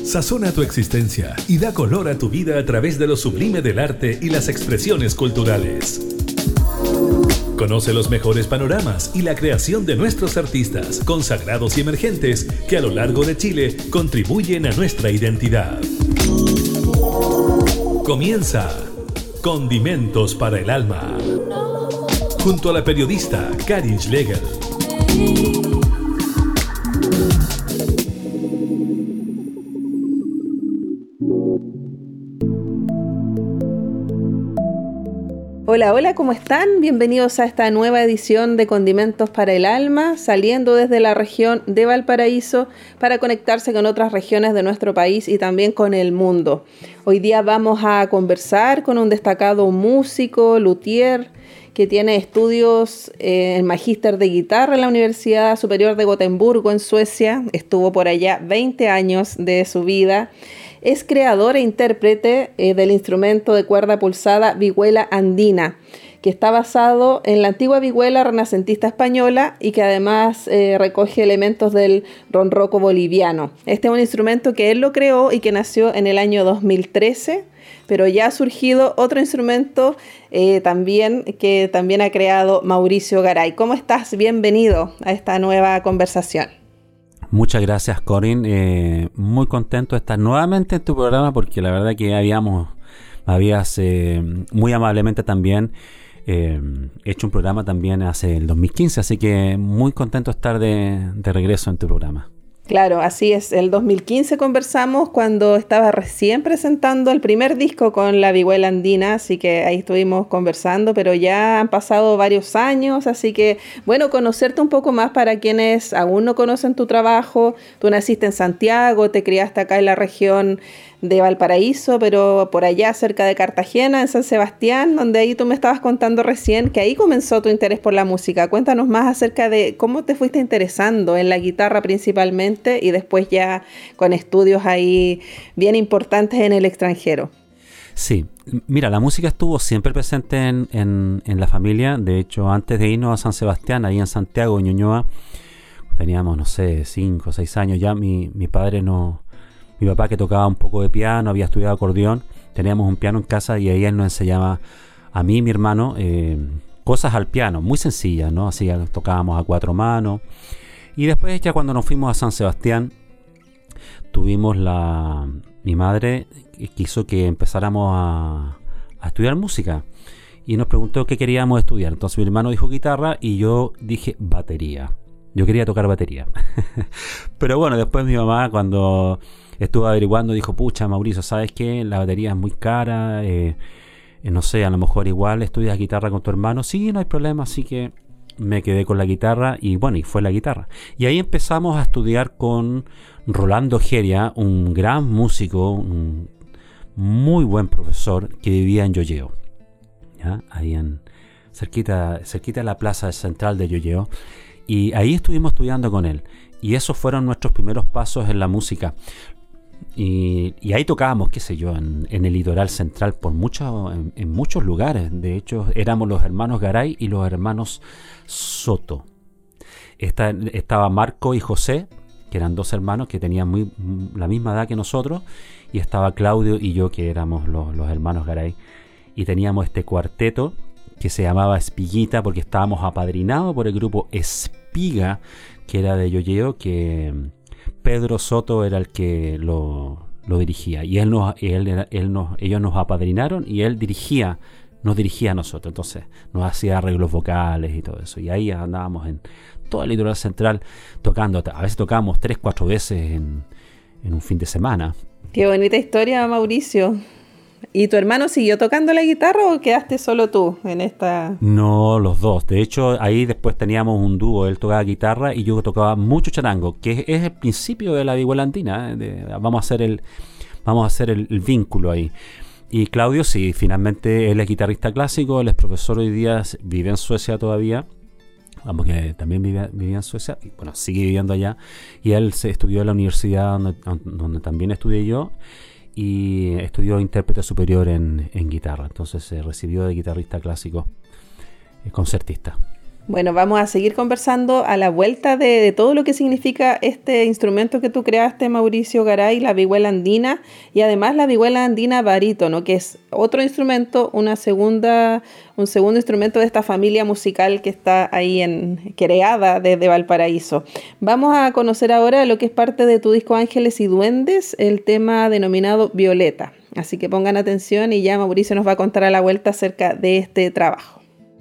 Sazona tu existencia y da color a tu vida a través de lo sublime del arte y las expresiones culturales. Conoce los mejores panoramas y la creación de nuestros artistas, consagrados y emergentes, que a lo largo de Chile contribuyen a nuestra identidad. Comienza Condimentos para el Alma, junto a la periodista Karin Schlegel. Hola, hola, ¿cómo están? Bienvenidos a esta nueva edición de Condimentos para el Alma, saliendo desde la región de Valparaíso para conectarse con otras regiones de nuestro país y también con el mundo. Hoy día vamos a conversar con un destacado músico, luthier, que tiene estudios en magíster de guitarra en la Universidad Superior de Gotemburgo, en Suecia. Estuvo por allá 20 años de su vida. Es creador e intérprete del instrumento de cuerda pulsada vihuela andina, que está basado en la antigua vihuela renacentista española y que además recoge elementos del ronroco boliviano. Este es un instrumento que él lo creó y que nació en el año 2013, pero ya ha surgido otro instrumento que también ha creado Mauricio Garay. ¿Cómo estás? Bienvenido a esta nueva conversación. Muchas gracias, Corín. Muy contento de estar nuevamente en tu programa porque la verdad que habías muy amablemente también hecho un programa también hace el 2015, así que muy contento de estar de regreso en tu programa. Claro, así es. El 2015 conversamos cuando estaba recién presentando el primer disco con la vihuela andina, así que ahí estuvimos conversando, pero ya han pasado varios años, así que bueno, conocerte un poco más para quienes aún no conocen tu trabajo. Tú naciste en Santiago, te criaste acá en la región de Valparaíso, pero por allá cerca de Cartagena, en San Sebastián, donde ahí tú me estabas contando recién que ahí comenzó tu interés por la música. Cuéntanos más acerca de cómo te fuiste interesando en la guitarra principalmente y después ya con estudios ahí bien importantes en el extranjero. Sí, mira, la música estuvo siempre presente en la familia. De hecho, antes de irnos a San Sebastián, ahí en Santiago, en Ñuñoa, teníamos, 5 o 6 años ya, mi papá, que tocaba un poco de piano, había estudiado acordeón, teníamos un piano en casa y ahí él nos enseñaba a mí y mi hermano cosas al piano, muy sencillas, ¿no? Así tocábamos a 4 manos. Y después ya cuando nos fuimos a San Sebastián, mi madre quiso que empezáramos a estudiar música y nos preguntó qué queríamos estudiar. Entonces mi hermano dijo guitarra y yo dije batería. Yo quería tocar batería. Pero bueno, después mi mamá, cuando estuvo averiguando, dijo, pucha, Mauricio, ¿sabes qué? La batería es muy cara, no sé, a lo mejor igual estudias guitarra con tu hermano. Sí, no hay problema, así que me quedé con la guitarra y bueno, y fue la guitarra. Y ahí empezamos a estudiar con Rolando Geria, un gran músico, un muy buen profesor que vivía en Yoyeo, ¿ya? Ahí cerquita de la plaza central de Yoyeo. Y ahí estuvimos estudiando con él. Y esos fueron nuestros primeros pasos en la música. Y ahí tocábamos, qué sé yo, en el litoral central en muchos lugares. De hecho, éramos los hermanos Garay y los hermanos Soto. Estaba Marco y José, que eran 2 hermanos que tenían la misma edad que nosotros. Y estaba Claudio y yo, que éramos los hermanos Garay. Y teníamos este cuarteto que se llamaba Espiguita porque estábamos apadrinados por el grupo Espiga, que era de Yoyeo, que Pedro Soto era el que lo dirigía. Y ellos nos apadrinaron y él nos dirigía a nosotros. Entonces nos hacía arreglos vocales y todo eso. Y ahí andábamos en toda el litoral central tocando. A veces tocábamos 3-4 veces en un fin de semana. Qué bonita historia, Mauricio. ¿Y tu hermano siguió tocando la guitarra o quedaste solo tú en esta? No, los dos. De hecho, ahí después teníamos un dúo. Él tocaba guitarra y yo tocaba mucho charango, que es el principio de la vihuela andina. Vamos a hacer el vínculo ahí. Y Claudio, sí, finalmente él es guitarrista clásico, él es profesor hoy día, vive en Suecia todavía. Vamos, que también vivía en Suecia, y bueno, sigue viviendo allá. Y él se estudió en la universidad donde también estudié yo. Y estudió intérprete superior en guitarra. Entonces se recibió de guitarrista clásico, concertista. Bueno, vamos a seguir conversando a la vuelta de todo lo que significa este instrumento que tú creaste, Mauricio Garay, la vihuela andina, y además la vihuela andina barítono, que es otro instrumento, un segundo instrumento de esta familia musical que está ahí creada desde Valparaíso. Vamos a conocer ahora lo que es parte de tu disco Ángeles y Duendes, el tema denominado Violeta. Así que pongan atención y ya Mauricio nos va a contar a la vuelta acerca de este trabajo.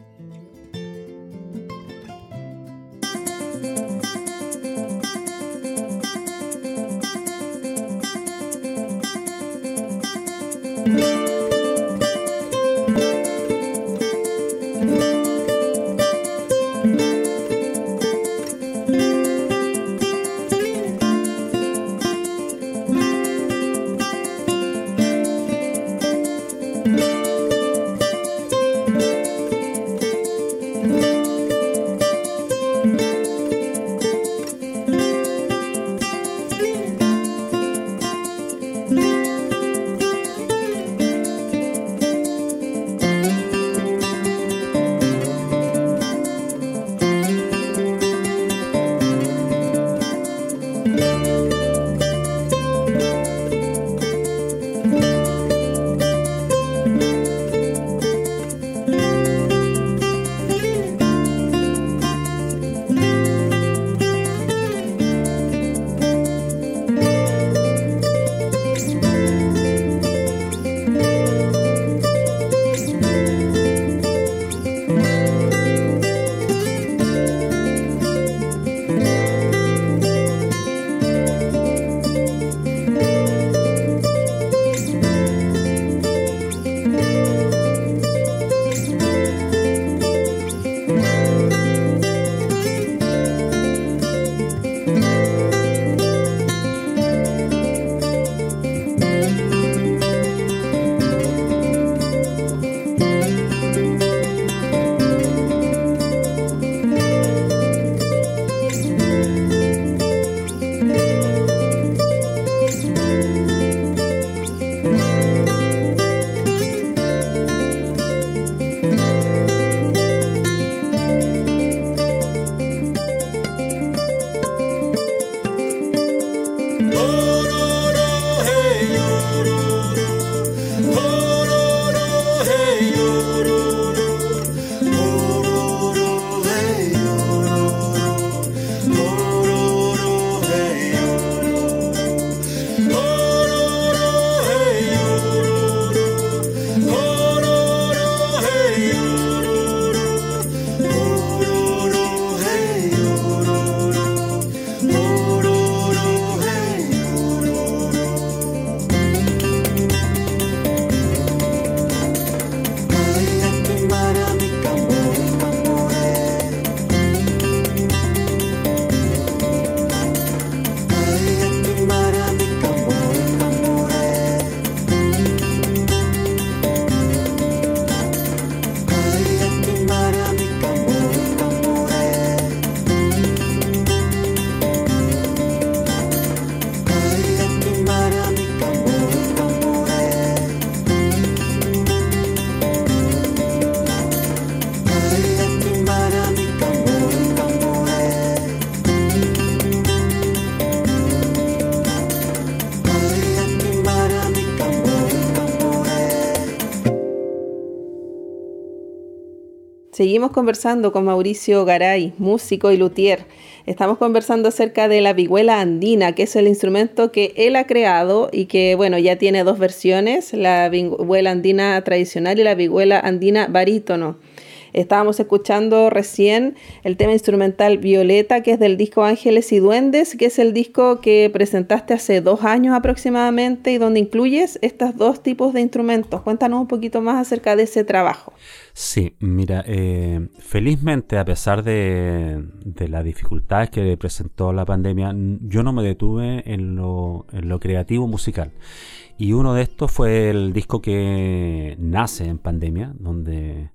Seguimos conversando con Mauricio Garay, músico y luthier. Estamos conversando acerca de la vihuela andina, que es el instrumento que él ha creado y que, bueno, ya tiene dos versiones, la vihuela andina tradicional y la vihuela andina barítono. Estábamos escuchando recién el tema instrumental Violeta, que es del disco Ángeles y Duendes, que es el disco que presentaste hace 2 años aproximadamente y donde incluyes estos dos tipos de instrumentos. Cuéntanos un poquito más acerca de ese trabajo. Sí, mira, felizmente a pesar de las dificultades que presentó la pandemia, yo no me detuve en lo creativo musical. Y uno de estos fue el disco que nace en pandemia, donde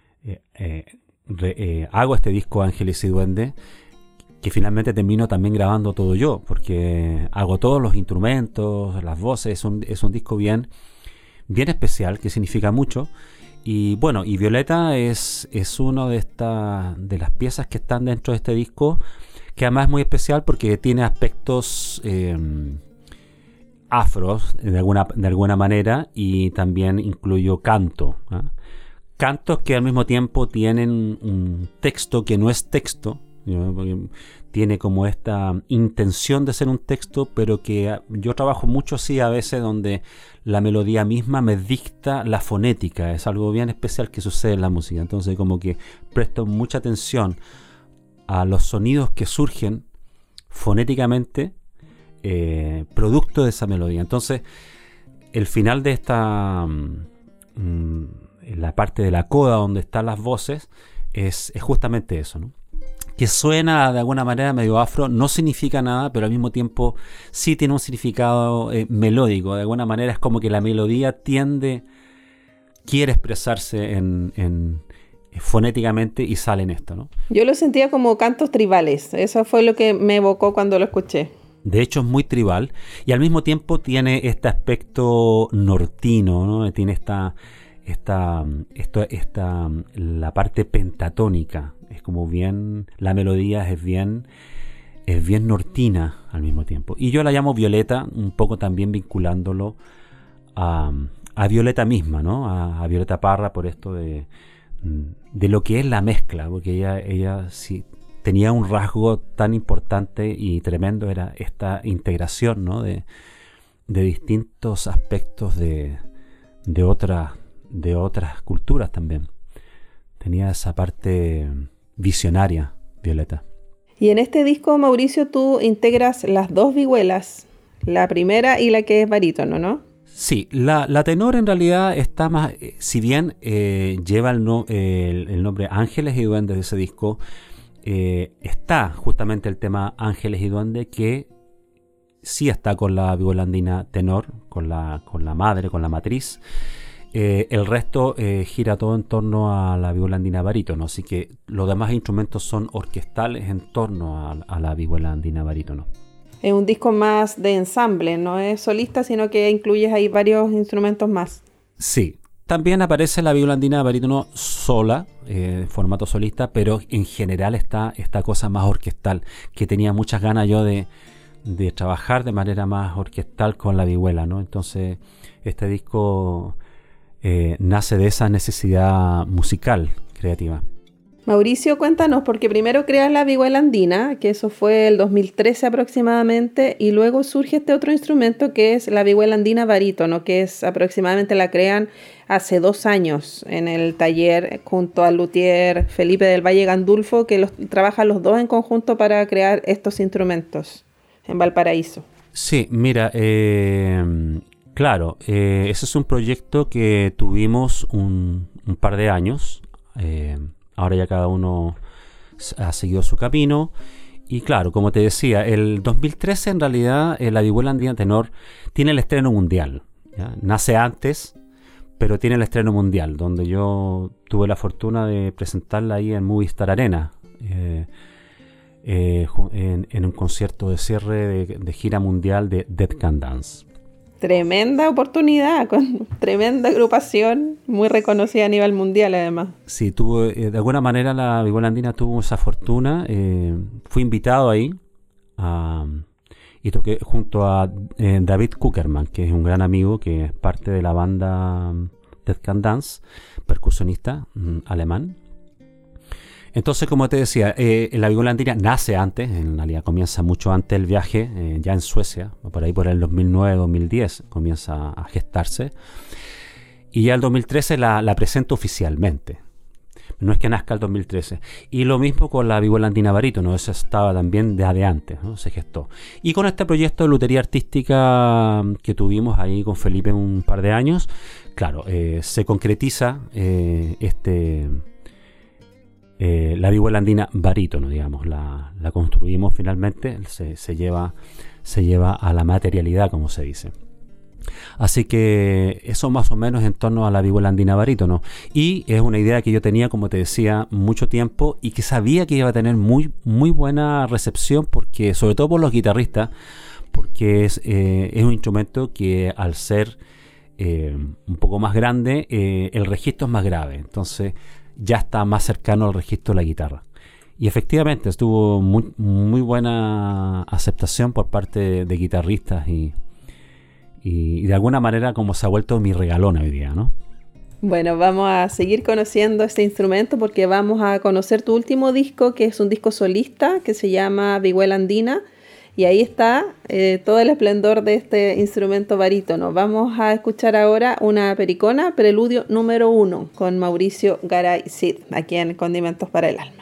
hago este disco Ángeles y Duendes, que finalmente termino también grabando todo yo, porque hago todos los instrumentos, las voces. Es un disco bien especial, que significa mucho. Y bueno, y Violeta es una de las piezas que están dentro de este disco, que además es muy especial porque tiene aspectos afros de alguna manera, y también incluyó canto, ¿eh? Cantos que al mismo tiempo tienen un texto que no es texto, ¿no? Porque tiene como esta intención de ser un texto, pero que yo trabajo mucho así a veces, donde la melodía misma me dicta la fonética. Es algo bien especial que sucede en la música. Entonces como que presto mucha atención a los sonidos que surgen fonéticamente producto de esa melodía. Entonces el final de esta la parte de la coda donde están las voces es justamente eso, ¿no? Que suena de alguna manera medio afro, no significa nada, pero al mismo tiempo sí tiene un significado melódico. De alguna manera es como que la melodía quiere expresarse fonéticamente, y sale en esto, ¿no? Yo lo sentía como cantos tribales, eso fue lo que me evocó cuando lo escuché. De hecho es muy tribal, y al mismo tiempo tiene este aspecto nortino, ¿no? Tiene la parte pentatónica. Es como bien, la melodía es bien nortina al mismo tiempo. Y yo la llamo Violeta, un poco también vinculándolo a Violeta misma, ¿no? A Violeta Parra, por esto de lo que es la mezcla, porque ella sí tenía un rasgo tan importante y tremendo, era esta integración, ¿no? de distintos aspectos de otras culturas también. Tenía esa parte visionaria, Violeta. Y en este disco, Mauricio, tú integras las dos vihuelas, la primera y la que es barítono, ¿no? Sí, la tenor en realidad está más, si bien lleva el nombre Ángeles y Duendes de ese disco, está justamente el tema Ángeles y Duendes, que sí está con la vihuela andina tenor, con la madre, con la matriz. El resto gira todo en torno a la vihuela andina barítono, así que los demás instrumentos son orquestales en torno a la vihuela andina barítono. Es un disco más de ensamble, no es solista, sino que incluyes ahí varios instrumentos más. Sí, también aparece la vihuela andina barítono sola, formato solista, pero en general está esta cosa más orquestal, que tenía muchas ganas yo de trabajar de manera más orquestal con la vihuela, ¿no? Entonces este disco nace de esa necesidad musical creativa. Mauricio, cuéntanos, porque primero creas la vihuela andina, que eso fue el 2013 aproximadamente, y luego surge este otro instrumento que es la vihuela andina barítono, que es aproximadamente la crean hace 2 años en el taller junto al luthier Felipe del Valle Gandulfo, que trabajan los dos en conjunto para crear estos instrumentos en Valparaíso. Sí, mira, claro, ese es un proyecto que tuvimos un par de años. Ahora ya cada uno ha seguido su camino. Y claro, como te decía, el 2013 en realidad la vihuela andina tenor tiene el estreno mundial, ¿ya? Nace antes, pero tiene el estreno mundial, donde yo tuve la fortuna de presentarla ahí en Movistar Arena, en un concierto de cierre de gira mundial de Dead Can Dance. Tremenda oportunidad, con tremenda agrupación, muy reconocida a nivel mundial además. Sí, tuvo, de alguna manera la vihuela andina tuvo esa fortuna. Fui invitado ahí y toqué junto a David Kuckerman, que es un gran amigo, que es parte de la banda Dead Can Dance, percusionista alemán. Entonces, como te decía, la vihuela andina nace antes, en realidad comienza mucho antes el viaje, ya en Suecia, por ahí por el 2009-2010 comienza a gestarse, y ya el 2013 la presento oficialmente. No es que nazca el 2013. Y lo mismo con la vihuela andina barítono, eso estaba también de antes, ¿no? Se gestó. Y con este proyecto de lutería artística que tuvimos ahí con Felipe un par de años, claro, se concretiza la vihuela andina barítono, digamos, la construimos finalmente, se lleva a la materialidad, como se dice. Así que eso más o menos en torno a la vihuela andina barítono. Y es una idea que yo tenía, como te decía, mucho tiempo, y que sabía que iba a tener muy, muy buena recepción, porque, sobre todo por los guitarristas, porque es un instrumento que al ser un poco más grande, el registro es más grave. Entonces ya está más cercano al registro de la guitarra. Y efectivamente estuvo muy buena aceptación por parte de guitarristas y de alguna manera como se ha vuelto mi regalón hoy día, ¿no? Bueno, vamos a seguir conociendo este instrumento porque vamos a conocer tu último disco, que es un disco solista que se llama Vihuela Andina, y ahí está todo el esplendor de este instrumento barítono. Vamos a escuchar ahora una pericona, Preludio número 1, con Mauricio Garay Cid, aquí en Condimentos para el Alma.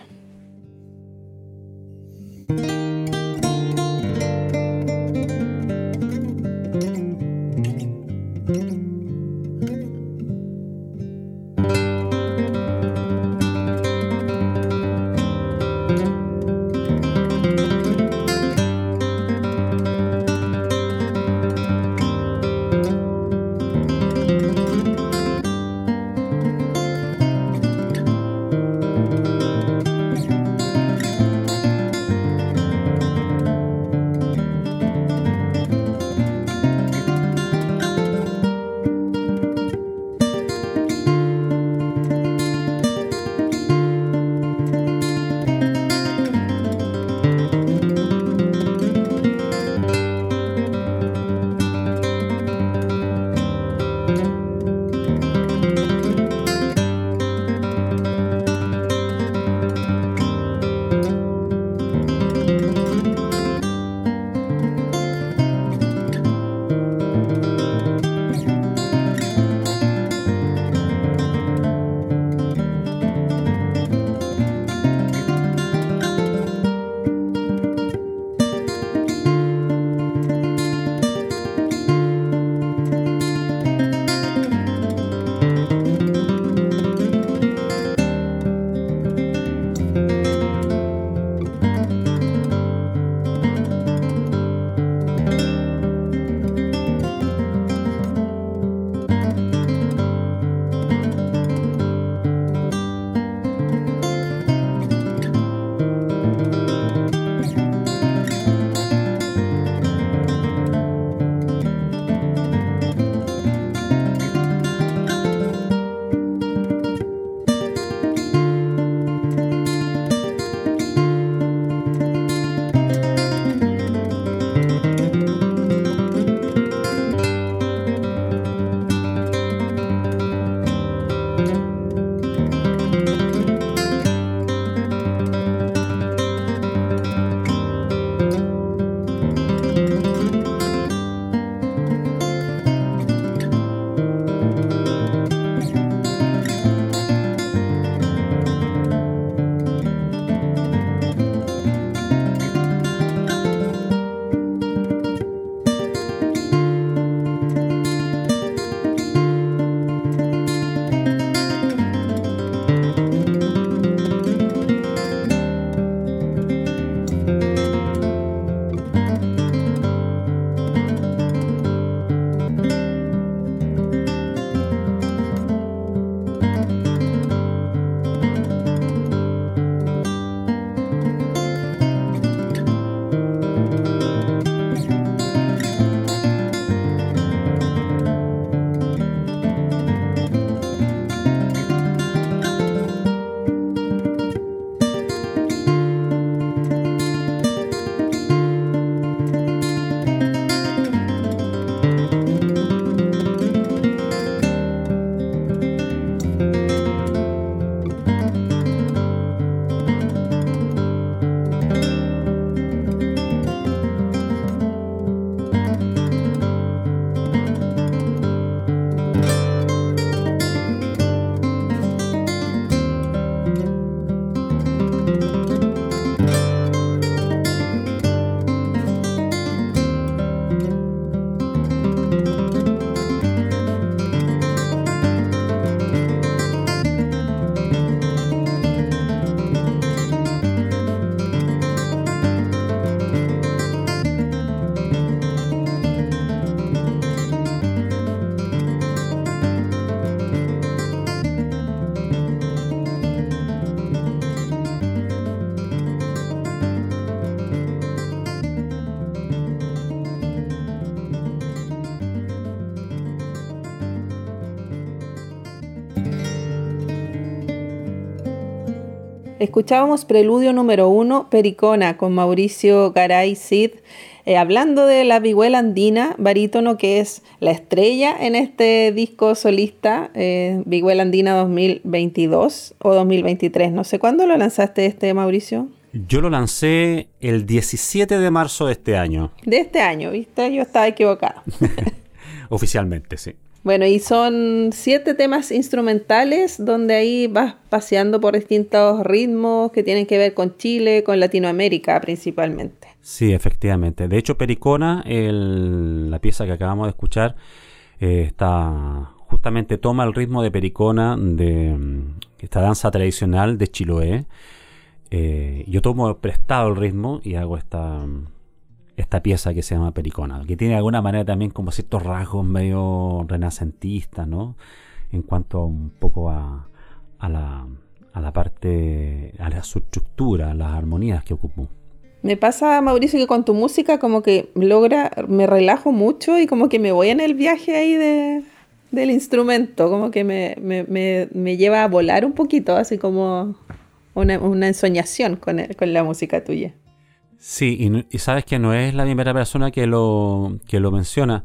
Escuchábamos Preludio número 1, Pericona, con Mauricio Garay Cid, hablando de la vihuela andina, barítono que es la estrella en este disco solista, Vihuela Andina 2022 o 2023. No sé, ¿cuándo lo lanzaste Mauricio? Yo lo lancé el 17 de marzo de este año. De este año, ¿viste? Yo estaba equivocado. Oficialmente, sí. Bueno, y son 7 temas instrumentales donde ahí vas paseando por distintos ritmos que tienen que ver con Chile, con Latinoamérica principalmente. Sí, efectivamente. De hecho, Pericona, la pieza que acabamos de escuchar, justamente toma el ritmo de Pericona, de esta danza tradicional de Chiloé. Yo tomo prestado el ritmo y hago esta pieza que se llama Pericona, que tiene de alguna manera también como ciertos rasgos medio renacentistas, ¿no? En cuanto un poco a la parte, a la subestructura, a las armonías que ocupo. Me pasa, Mauricio, que con tu música como que me relajo mucho y como que me voy en el viaje ahí del instrumento, como que me lleva a volar un poquito, así como una ensoñación con la música tuya. Sí, y sabes que no es la primera persona que lo menciona.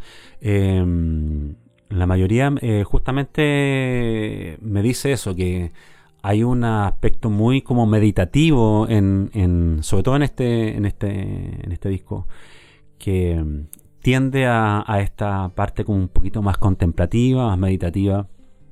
La mayoría justamente me dice eso, que hay un aspecto muy como meditativo sobre todo en este disco, que tiende a esta parte como un poquito más contemplativa, más meditativa.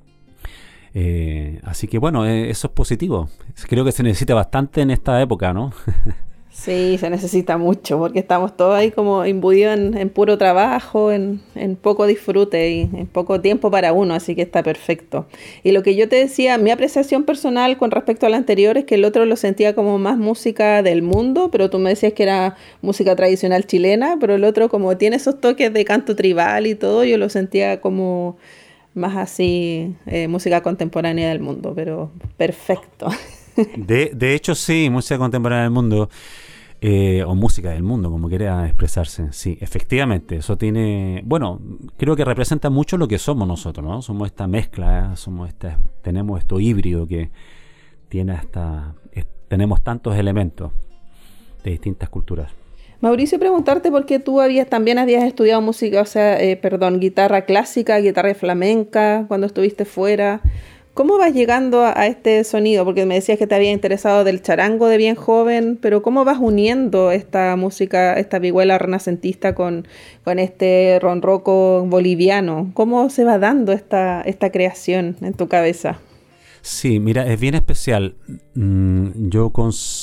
Así que bueno, eso es positivo. Creo que se necesita bastante en esta época, ¿no? Sí, se necesita mucho porque estamos todos ahí como imbuidos en puro trabajo, en poco disfrute y en poco tiempo para uno, así que está perfecto. Y lo que yo te decía, mi apreciación personal con respecto al anterior es que el otro lo sentía como más música del mundo, pero tú me decías que era música tradicional chilena, pero el otro como tiene esos toques de canto tribal y todo, yo lo sentía como más así, música contemporánea del mundo, pero perfecto. De hecho, sí, música contemporánea del mundo, o música del mundo, como quiera expresarse. Sí, efectivamente, eso tiene... Bueno, creo que representa mucho lo que somos nosotros, ¿no? Somos esta mezcla, tenemos esto híbrido que tiene tenemos tantos elementos de distintas culturas. Mauricio, preguntarte por qué tú también habías estudiado música, guitarra clásica, guitarra flamenca, cuando estuviste fuera. ¿Cómo vas llegando a este sonido? Porque me decías que te había interesado del charango de bien joven, pero ¿cómo vas uniendo esta música, esta vihuela renacentista con este ronroco boliviano? ¿Cómo se va dando esta creación en tu cabeza? Sí, mira, es bien especial. Yo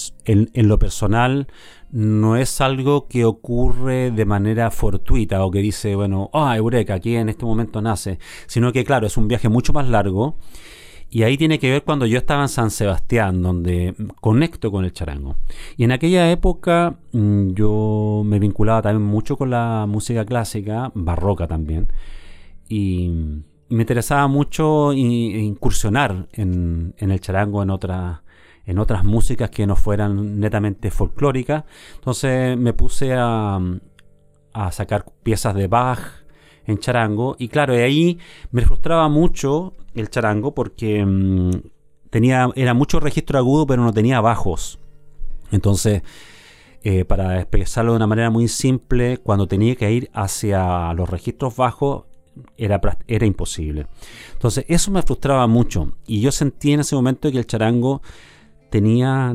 en lo personal no es algo que ocurre de manera fortuita o que dice, bueno, eureka, aquí en este momento nace, sino que claro, es un viaje mucho más largo. Y ahí tiene que ver cuando yo estaba en San Sebastián, donde conecto con el charango. Y en aquella época yo me vinculaba también mucho con la música clásica, barroca también. Y me interesaba mucho incursionar en el charango, en otras músicas que no fueran netamente folclóricas. Entonces me puse a sacar piezas de Bach en charango, y claro, de ahí me frustraba mucho el charango porque era mucho registro agudo, pero no tenía bajos. Entonces, para expresarlo de una manera muy simple, cuando tenía que ir hacia los registros bajos, era imposible. Entonces, eso me frustraba mucho, y yo sentí en ese momento que el charango tenía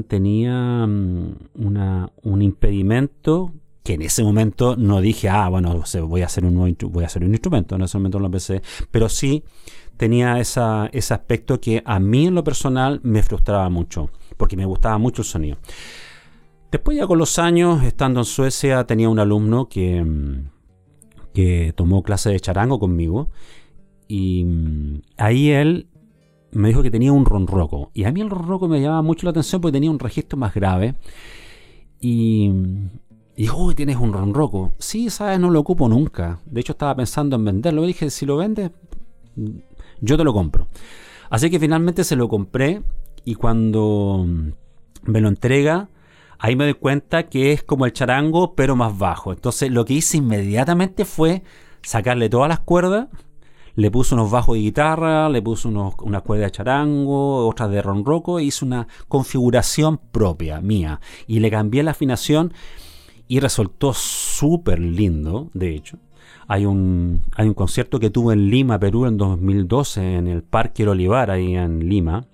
un impedimento, que en ese momento no dije, voy a hacer un instrumento. En ese momento no lo pensé, pero sí tenía ese aspecto que a mí en lo personal me frustraba mucho, porque me gustaba mucho el sonido. Después, ya con los años, estando en Suecia, tenía un alumno que tomó clase de charango conmigo, y ahí él me dijo que tenía un ronroco, y a mí el ronroco me llamaba mucho la atención porque tenía un registro más grave, y dijo, ¿tienes un ronroco? Sí, sabes, no lo ocupo nunca. De hecho, estaba pensando en venderlo. Y dije, si lo vendes, yo te lo compro. Así que finalmente se lo compré, y cuando me lo entrega, ahí me doy cuenta que es como el charango, pero más bajo. Entonces lo que hice inmediatamente fue sacarle todas las cuerdas, le puse unos bajos de guitarra, le puse unas cuerdas de charango, otras de ronroco, e hice una configuración propia, mía. Y le cambié la afinación y resultó súper lindo, de hecho. Hay un concierto que tuve en Lima, Perú, en 2012, en el Parque El Olivar, ahí en Lima,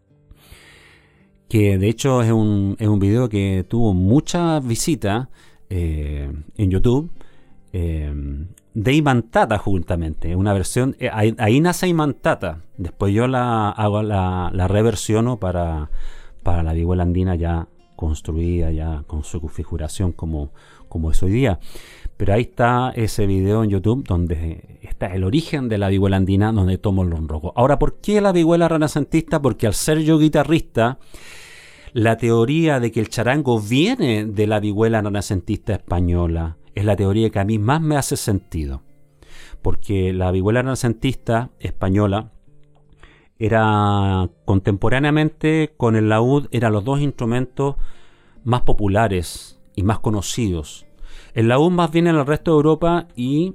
que de hecho es un video que tuvo muchas visitas en YouTube, de Imantata, justamente, una versión, ahí nace Imantata. Después yo la reversiono para la vihuela andina ya construida, ya con su configuración como es hoy día. Pero ahí está ese video en YouTube donde está el origen de la vihuela andina, donde tomo el ronroco. Ahora, ¿por qué la vihuela renacentista? Porque al ser yo guitarrista, la teoría de que el charango viene de la vihuela renacentista española es la teoría que a mí más me hace sentido. Porque la vihuela renacentista española era contemporáneamente con el laúd, eran los dos instrumentos más populares y más conocidos. El laúd más bien en el resto de Europa y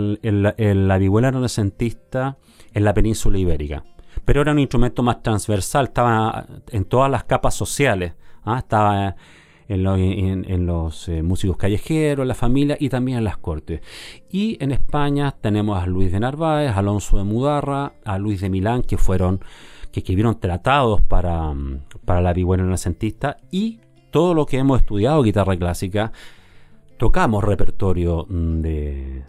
la vihuela renacentista en la península ibérica. Pero era un instrumento más transversal, estaba en todas las capas sociales, estaba en los músicos callejeros, en la familia y también en las cortes. Y en España tenemos a Luis de Narváez, a Alonso de Mudarra, a Luis de Milán, que escribieron tratados para la vihuela renacentista, y todo lo que hemos estudiado guitarra clásica, tocamos repertorio de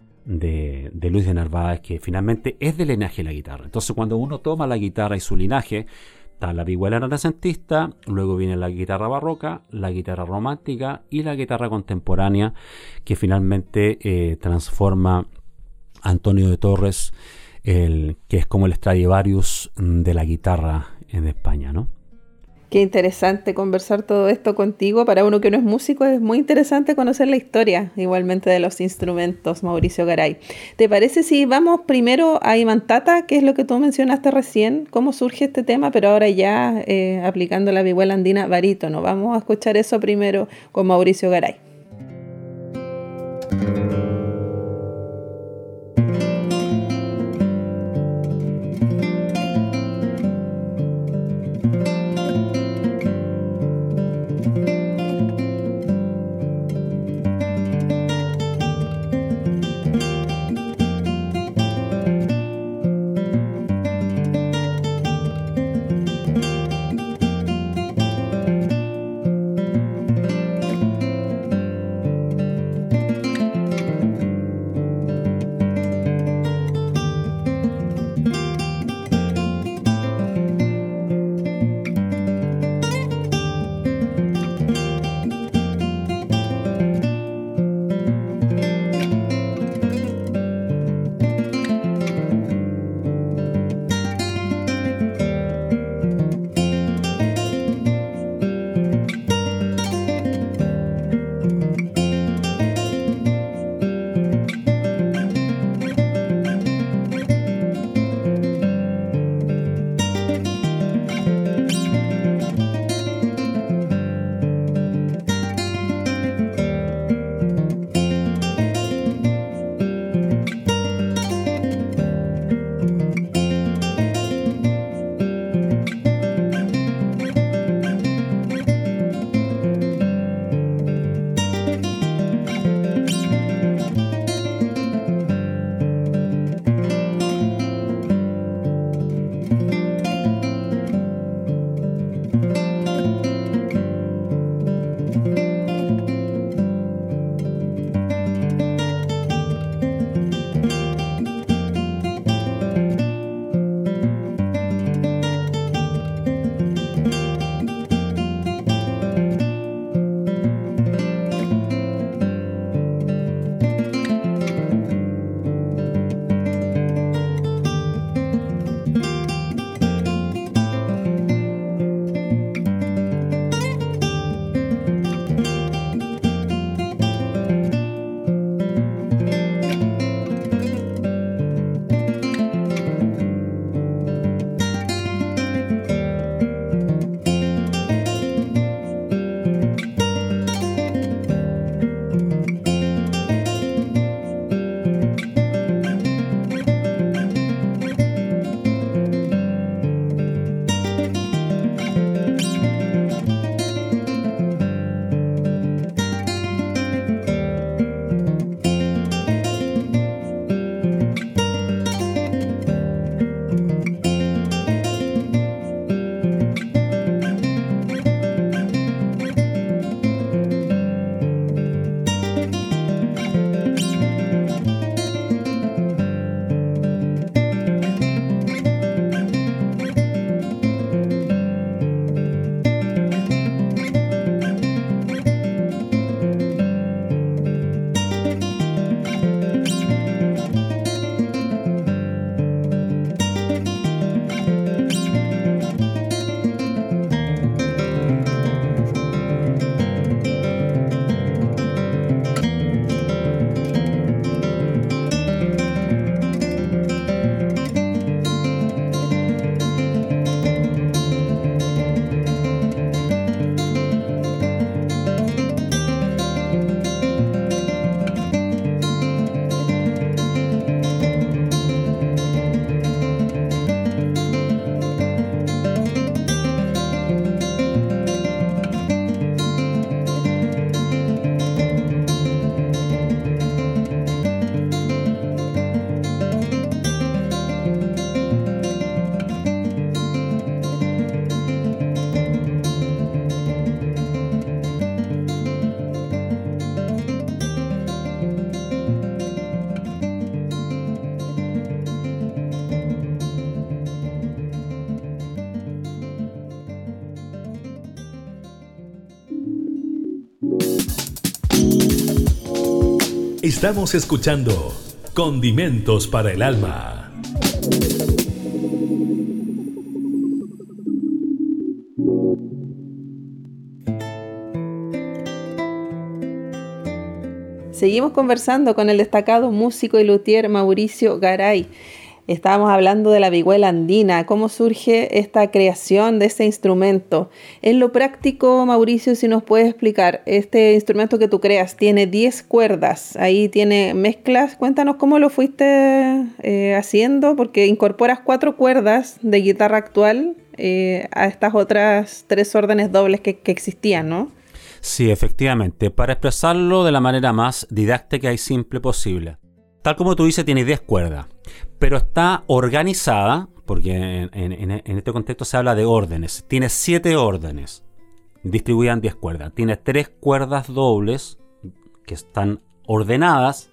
Luis de Narváez, que finalmente es del linaje de la guitarra. Entonces, cuando uno toma la guitarra y su linaje, está la vihuela renacentista, luego viene la guitarra barroca, la guitarra romántica y la guitarra contemporánea, que finalmente transforma Antonio de Torres, que es como el Stradivarius de la guitarra en España, ¿no? Qué interesante conversar todo esto contigo. Para uno que no es músico es muy interesante conocer la historia igualmente de los instrumentos, Mauricio Garay. ¿Te parece si vamos primero a Imantata, que es lo que tú mencionaste recién? ¿Cómo surge este tema? Pero ahora ya aplicando la vihuela andina barítono. Vamos a escuchar eso primero con Mauricio Garay. Estamos escuchando Condimentos para el Alma. Seguimos conversando con el destacado músico y luthier Mauricio Garay. Estábamos hablando de la vihuela andina, cómo surge esta creación de este instrumento. En lo práctico, Mauricio, si nos puedes explicar, este instrumento que tú creas tiene 10 cuerdas, ahí tiene mezclas. Cuéntanos cómo lo fuiste haciendo, porque incorporas 4 cuerdas de guitarra actual a estas otras 3 órdenes dobles que existían, ¿no? Sí, efectivamente, para expresarlo de la manera más didáctica y simple posible. Tal como tú dices, tiene 10 cuerdas, pero está organizada, porque en este contexto se habla de órdenes. Tiene 7 órdenes distribuidas en 10 cuerdas. Tiene 3 cuerdas dobles que están ordenadas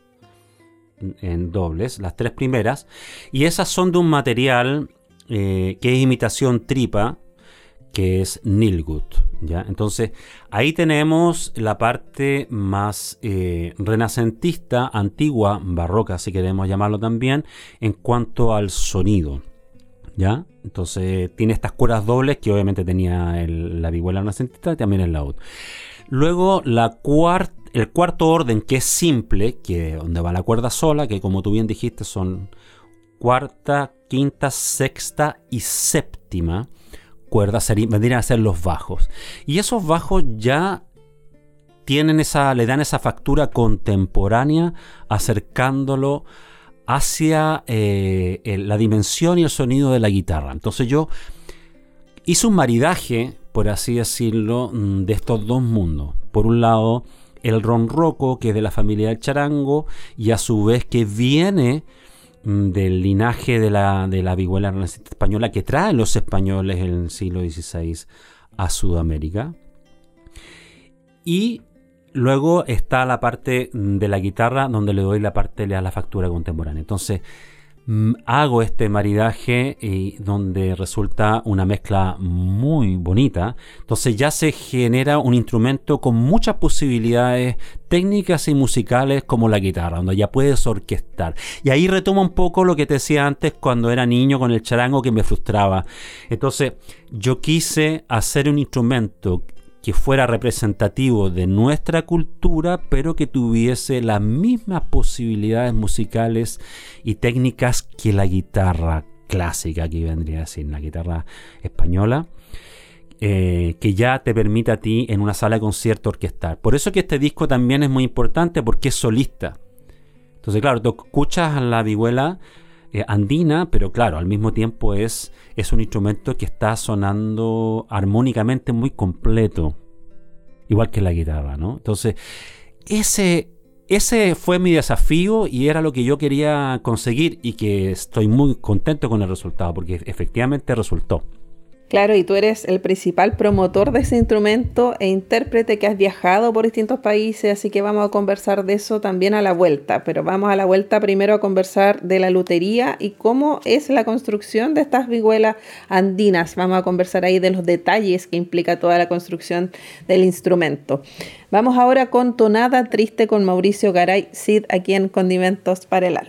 en dobles, las 3 primeras, y esas son de un material que es imitación tripa, que es Nilgut, ¿ya? Entonces, ahí tenemos la parte más renacentista, antigua, barroca, si queremos llamarlo también, en cuanto al sonido, ¿ya? Entonces, tiene estas cuerdas dobles que obviamente tenía la vihuela renacentista y también el laúd. Luego, el cuarto orden, que es simple, que donde va la cuerda sola, que como tú bien dijiste son cuarta, quinta, sexta y séptima cuerdas, vendrían a ser los bajos. Y esos bajos ya le dan esa factura contemporánea, acercándolo hacia la dimensión y el sonido de la guitarra. Entonces yo hice un maridaje, por así decirlo, de estos dos mundos. Por un lado, el ronroco, que es de la familia del charango, y a su vez que viene del linaje de la vihuela renacentista española que traen los españoles en el siglo XVI a Sudamérica. Y luego está la parte de la guitarra donde le doy la factura contemporánea. Entonces hago este maridaje donde resulta una mezcla muy bonita. Entonces ya se genera un instrumento con muchas posibilidades técnicas y musicales como la guitarra, donde ya puedes orquestar. Y ahí retomo un poco lo que te decía antes cuando era niño con el charango, que me frustraba. Entonces yo quise hacer un instrumento que fuera representativo de nuestra cultura, pero que tuviese las mismas posibilidades musicales y técnicas que la guitarra clásica, que vendría a decir la guitarra española, que ya te permite a ti en una sala de concierto orquestar. Por eso que este disco también es muy importante, porque es solista. Entonces, claro, tú escuchas a la vihuela andina, pero claro, al mismo tiempo es un instrumento que está sonando armónicamente muy completo, igual que la guitarra, ¿no? Entonces, ese fue mi desafío y era lo que yo quería conseguir, y que estoy muy contento con el resultado, porque efectivamente resultó. Claro, y tú eres el principal promotor de ese instrumento e intérprete que has viajado por distintos países, así que vamos a conversar de eso también a la vuelta. Pero vamos a la vuelta primero a conversar de la lutería y cómo es la construcción de estas vihuelas andinas. Vamos a conversar ahí de los detalles que implica toda la construcción del instrumento. Vamos ahora con Tonada Triste con Mauricio Garay Cid, aquí en Condimentos para el Alma.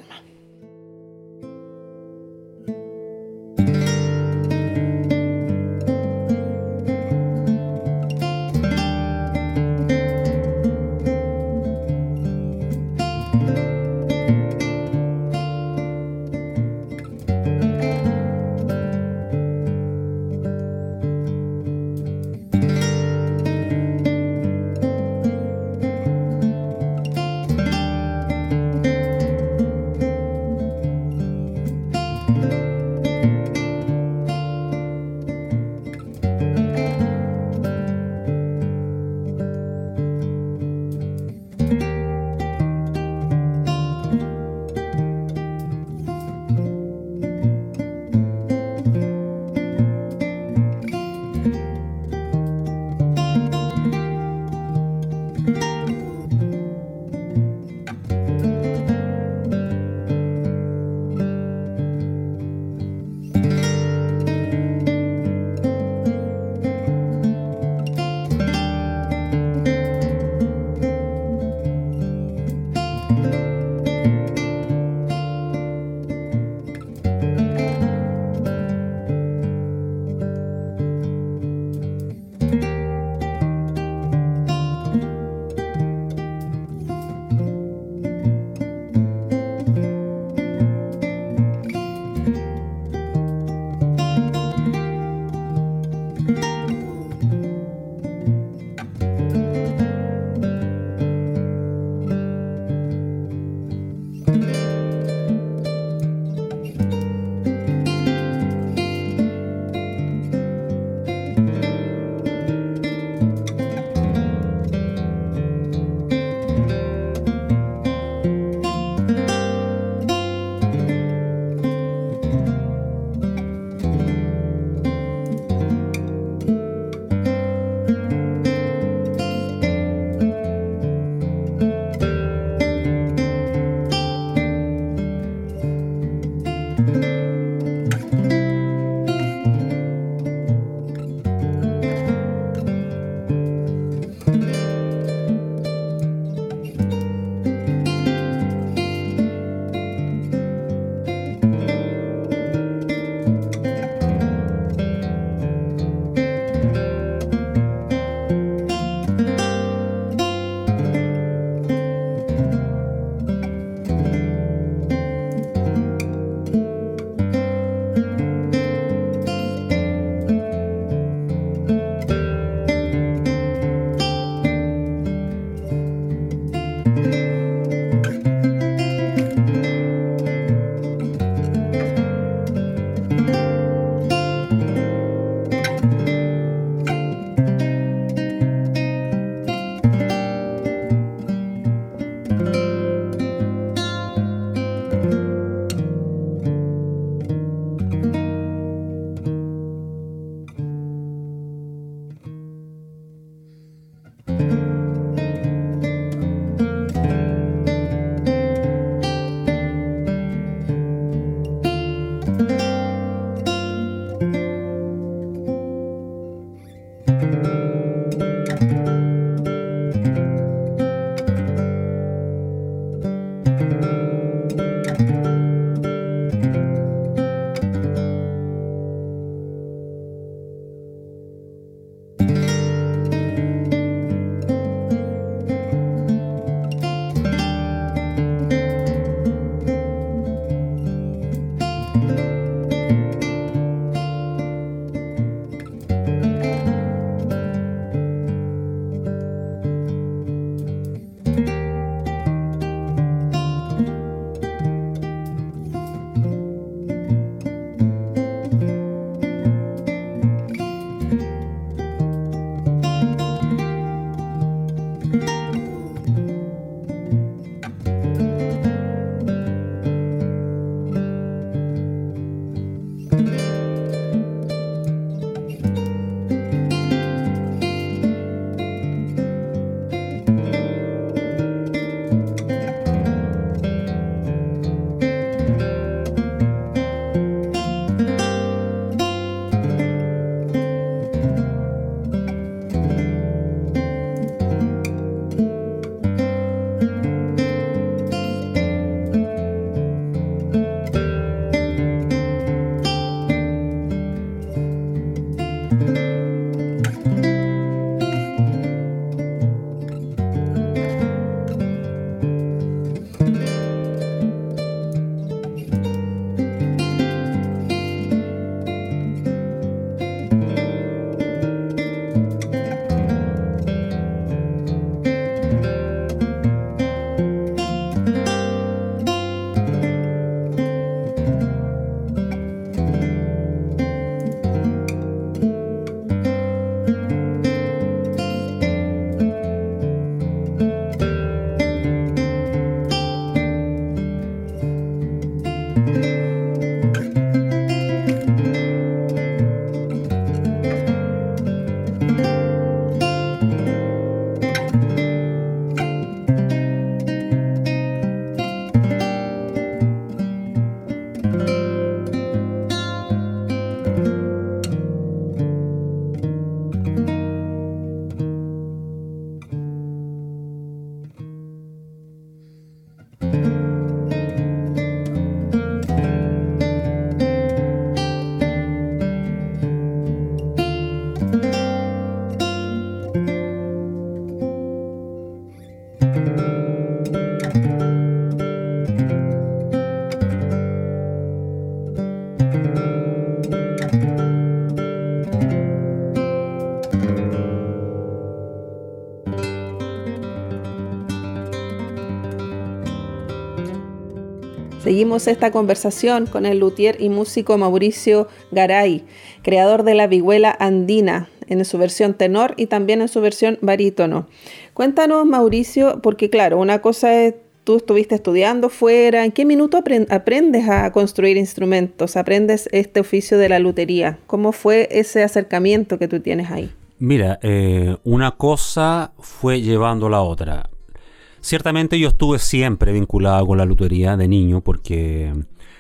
Seguimos esta conversación con el luthier y músico Mauricio Garay, creador de la vihuela andina, en su versión tenor y también en su versión barítono. Cuéntanos, Mauricio, porque claro, una cosa es, tú estuviste estudiando fuera, ¿en qué minuto aprendes a construir instrumentos? ¿Aprendes este oficio de la lutería? ¿Cómo fue ese acercamiento que tú tienes ahí? Mira, una cosa fue llevando a la otra. Ciertamente yo estuve siempre vinculado con la lutería de niño porque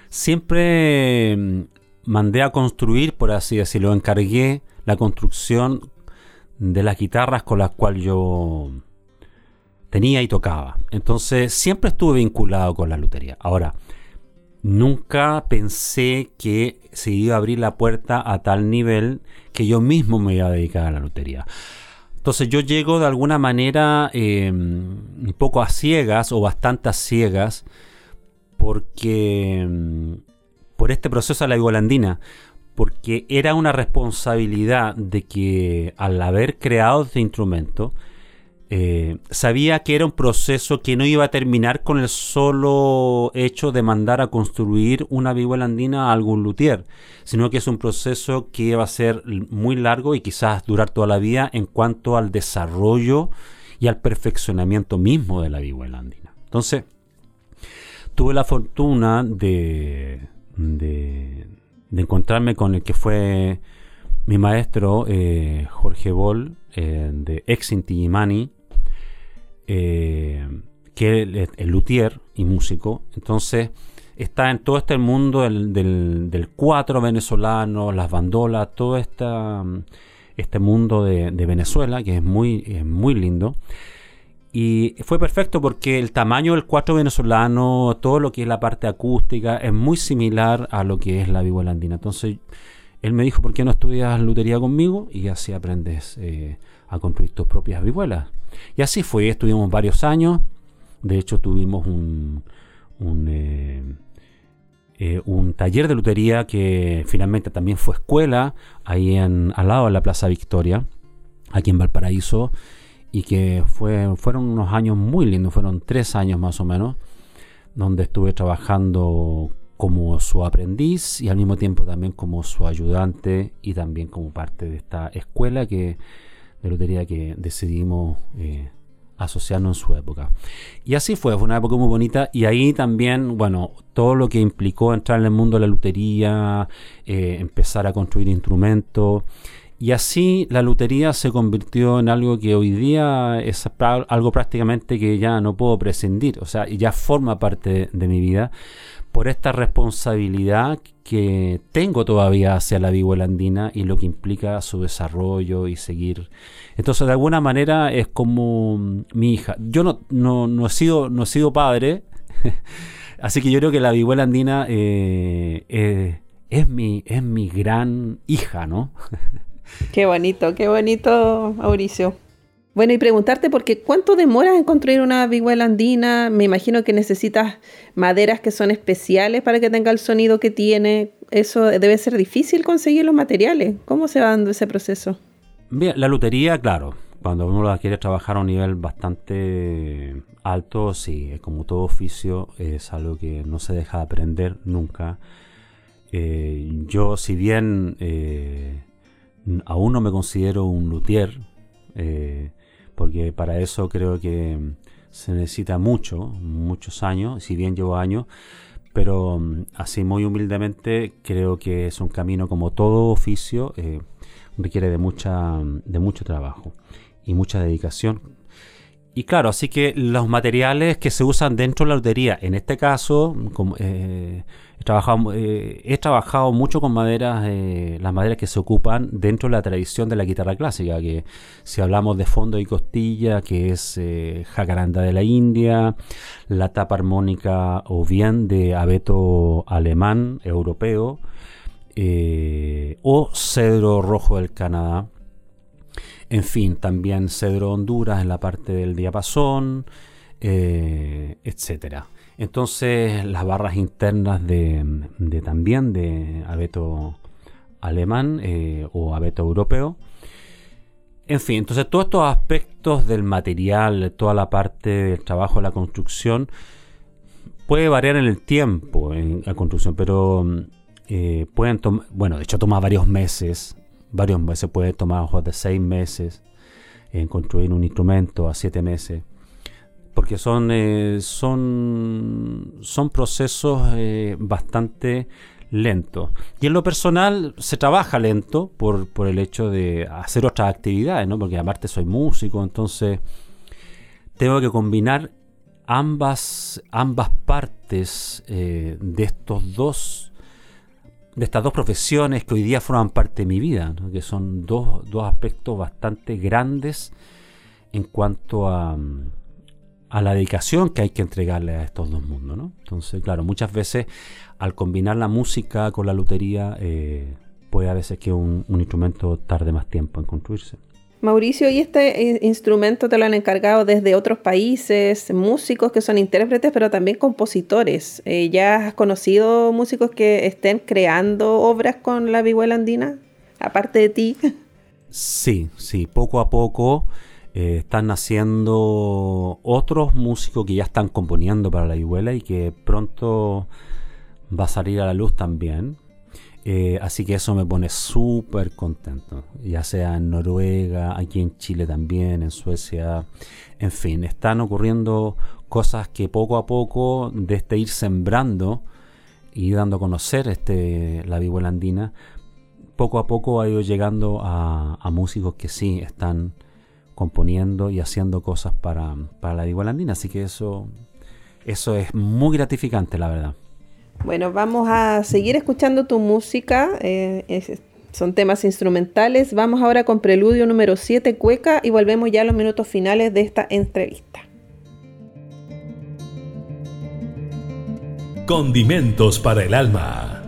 siempre mandé a construir, por así decirlo, encargué la construcción de las guitarras con las cuales yo tenía y tocaba. Entonces siempre estuve vinculado con la lutería. Ahora, nunca pensé que se iba a abrir la puerta a tal nivel que yo mismo me iba a dedicar a la lutería. Entonces yo llego de alguna manera un poco a ciegas o bastante a ciegas porque por este proceso de la vihuela andina, porque era una responsabilidad de que al haber creado este instrumento sabía que era un proceso que no iba a terminar con el solo hecho de mandar a construir una vihuela andina a algún luthier, sino que es un proceso que va a ser muy largo y quizás durar toda la vida en cuanto al desarrollo y al perfeccionamiento mismo de la vihuela andina. Entonces, tuve la fortuna de encontrarme con el que fue mi maestro, Jorge Boll, de ex Inti Illimani, que es el luthier y músico. Entonces está en todo este mundo del cuatro venezolano, las bandolas, todo este mundo de Venezuela, que es muy lindo. Y fue perfecto porque el tamaño del cuatro venezolano, todo lo que es la parte acústica, es muy similar a lo que es la vihuela andina. Entonces él me dijo, ¿por qué no estudias lutería conmigo? Y así aprendes a construir tus propias vihuelas. Y así fue, estuvimos varios años. De hecho, tuvimos un taller de lutería que finalmente también fue escuela, ahí al lado de la Plaza Victoria, aquí en Valparaíso, y que fueron unos años muy lindos, fueron 3 años más o menos, donde estuve trabajando como su aprendiz y al mismo tiempo también como su ayudante y también como parte de esta escuela de lutería que decidimos asociarnos en su época. Y así fue una época muy bonita, y ahí también, bueno, todo lo que implicó entrar en el mundo de la lutería, empezar a construir instrumentos, y así la lutería se convirtió en algo que hoy día es algo prácticamente que ya no puedo prescindir, o sea, ya forma parte de mi vida, por esta responsabilidad que tengo todavía hacia la vihuela andina y lo que implica su desarrollo y seguir. Entonces, de alguna manera es como mi hija. Yo no he sido padre, así que yo creo que la vihuela andina es mi gran hija, ¿no? Qué bonito, Mauricio. Bueno, y preguntarte, porque ¿cuánto demoras en construir una vihuela andina? Me imagino que necesitas maderas que son especiales para que tenga el sonido que tiene. Eso debe ser difícil conseguir los materiales. ¿Cómo se va dando ese proceso? Bien, la lutería, claro, cuando uno la quiere trabajar a un nivel bastante alto, sí, como todo oficio, es algo que no se deja de aprender nunca. Yo, si bien aún no me considero un luthier, porque para eso creo que se necesita muchos años, si bien llevo años, pero así muy humildemente creo que es un camino, como todo oficio, requiere de mucho trabajo y mucha dedicación. Y claro, así que los materiales que se usan dentro de la lutería, en este caso, he trabajado mucho con maderas, las maderas que se ocupan dentro de la tradición de la guitarra clásica, que si hablamos de fondo y costilla, que es jacaranda de la India, la tapa armónica o bien de abeto alemán, europeo, o cedro rojo del Canadá. En fin, también cedro Honduras en la parte del diapasón, etcétera. Entonces, las barras internas también de abeto alemán o abeto europeo. En fin, entonces todos estos aspectos del material, toda la parte del trabajo de la construcción, puede variar en el tiempo en la construcción, pero pueden tomar, bueno, de hecho toma varios meses, puede tomar ojos de 6 meses en construir un instrumento, a 7 meses, porque son procesos bastante lentos. Y en lo personal se trabaja lento por el hecho de hacer otras actividades, ¿no? Porque aparte soy músico, entonces tengo que combinar ambas partes de estas dos profesiones que hoy día forman parte de mi vida, ¿no? Que son dos aspectos bastante grandes en cuanto a la dedicación que hay que entregarle a estos dos mundos, ¿no? Entonces, claro, muchas veces al combinar la música con la lutería, puede a veces que un instrumento tarde más tiempo en construirse. Mauricio, ¿y este instrumento te lo han encargado desde otros países, músicos que son intérpretes, pero también compositores? ¿Ya has conocido músicos que estén creando obras con la vihuela andina, aparte de ti? Sí, poco a poco Están naciendo otros músicos que ya están componiendo para la vihuela y que pronto va a salir a la luz también. Así que eso me pone súper contento, ya sea en Noruega, aquí en Chile también, en Suecia, en fin, están ocurriendo cosas que poco a poco, de ir sembrando y dando a conocer la vihuela andina, poco a poco ha ido llegando a músicos que sí están componiendo y haciendo cosas para la vihuela andina, así que eso es muy gratificante, la verdad. Bueno, vamos a seguir escuchando tu música, son temas instrumentales. Vamos ahora con Preludio número 7, Cueca, y volvemos ya a los minutos finales de esta entrevista. Condimentos para el alma.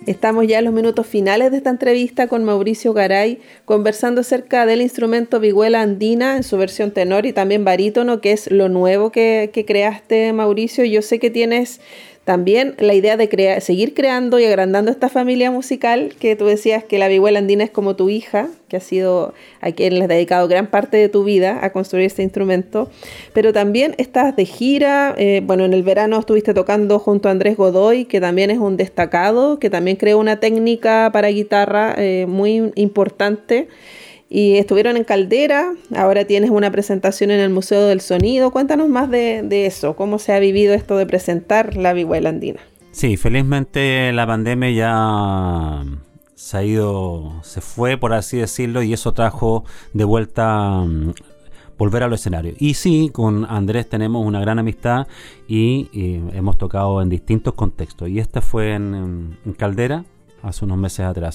Estamos ya en los minutos finales de esta entrevista con Mauricio Garay, conversando acerca del instrumento vihuela andina en su versión tenor y también barítono, que es lo nuevo que creaste, Mauricio. Yo sé que tienes también la idea de seguir creando y agrandando esta familia musical, que tú decías que la vihuela andina es como tu hija, que ha sido a quien le has dedicado gran parte de tu vida a construir este instrumento, pero también estás de gira. En el verano estuviste tocando junto a Andrés Godoy, que también es un destacado, que también creó una técnica para guitarra muy importante, y estuvieron en Caldera. Ahora tienes una presentación en el Museo del Sonido. Cuéntanos más de eso, cómo se ha vivido esto de presentar la vihuela andina. Sí, felizmente la pandemia ya se fue, por así decirlo, y eso trajo de vuelta volver a los escenarios. Y sí, con Andrés tenemos una gran amistad y hemos tocado en distintos contextos. Y esta fue en Caldera, hace unos meses atrás.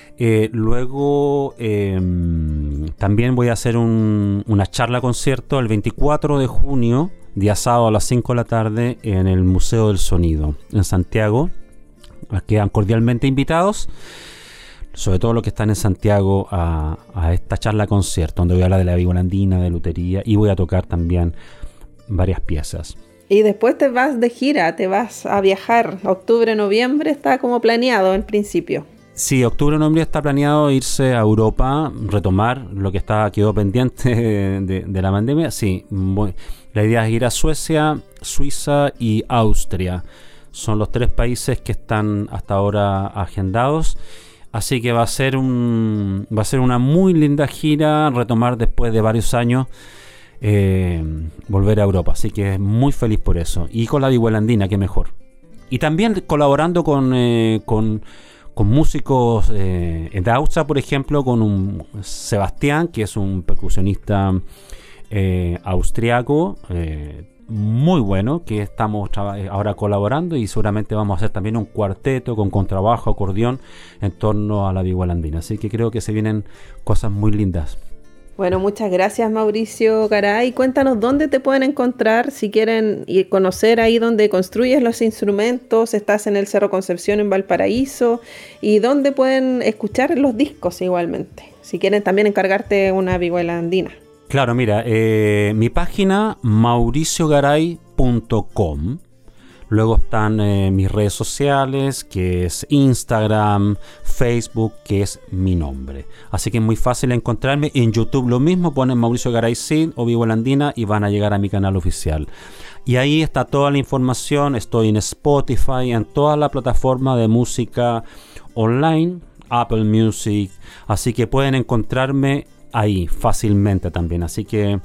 Luego también voy a hacer una charla concierto el 24 de junio, día sábado a las 5 de la tarde, en el Museo del Sonido en Santiago. Quedan cordialmente invitados, sobre todo los que están en Santiago, a esta charla concierto, donde voy a hablar de la vihuela andina, de lutería, y voy a tocar también varias piezas. Y después te vas de gira, te vas a viajar. Octubre, noviembre está como planeado en principio. Sí, octubre-noviembre está planeado irse a Europa, retomar lo que quedó pendiente de la pandemia. Sí, la idea es ir a Suecia, Suiza y Austria. Son los 3 países que están hasta ahora agendados. Así que va a ser una muy linda gira, retomar después de varios años, volver a Europa. Así que muy feliz por eso. Y con la vihuela andina, que mejor. Y también colaborando con músicos de Austria, por ejemplo, con un Sebastián, que es un percusionista austriaco, muy bueno, que estamos ahora colaborando, y seguramente vamos a hacer también un cuarteto con contrabajo, acordeón en torno a la vihuela andina. Así que creo que se vienen cosas muy lindas. Bueno, muchas gracias, Mauricio Garay. Cuéntanos dónde te pueden encontrar si quieren ir conocer ahí donde construyes los instrumentos. Estás en el Cerro Concepción en Valparaíso, y dónde pueden escuchar los discos igualmente, si quieren también encargarte una vihuela andina. Claro, mira, mi página mauriciogaray.com. Luego están mis redes sociales, que es Instagram, Facebook, que es mi nombre. Así que es muy fácil encontrarme. En YouTube lo mismo, ponen Mauricio Garay Cid o vihuela andina y van a llegar a mi canal oficial. Y ahí está toda la información. Estoy en Spotify, en toda la plataforma de música online, Apple Music. Así que pueden encontrarme ahí fácilmente también. Así que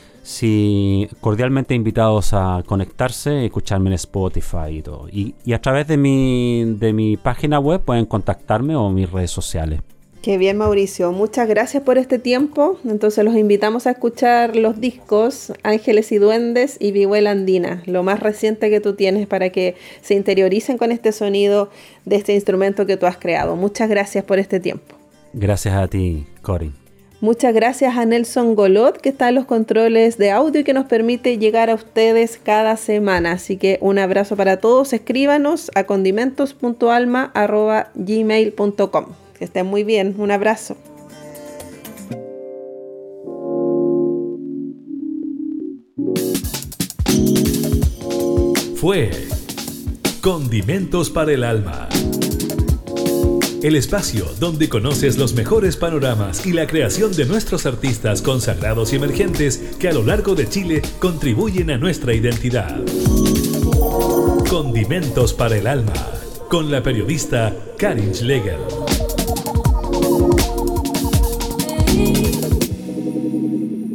sí, cordialmente invitados a conectarse, escucharme en Spotify y todo. Y a través de mi página web pueden contactarme o mis redes sociales. Qué bien, Mauricio. Muchas gracias por este tiempo. Entonces los invitamos a escuchar los discos Ángeles y Duendes y Vihuela Andina, lo más reciente que tú tienes, para que se interioricen con este sonido de este instrumento que tú has creado. Muchas gracias por este tiempo. Gracias a ti, Cory. Muchas gracias a Nelson Golot, que está en los controles de audio y que nos permite llegar a ustedes cada semana. Así que un abrazo para todos. Escríbanos a condimentos.alma@gmail.com. Que estén muy bien. Un abrazo. Fue Condimentos para el Alma. El espacio donde conoces los mejores panoramas y la creación de nuestros artistas consagrados y emergentes que a lo largo de Chile contribuyen a nuestra identidad. Condimentos para el Alma, con la periodista Karin Schlegel.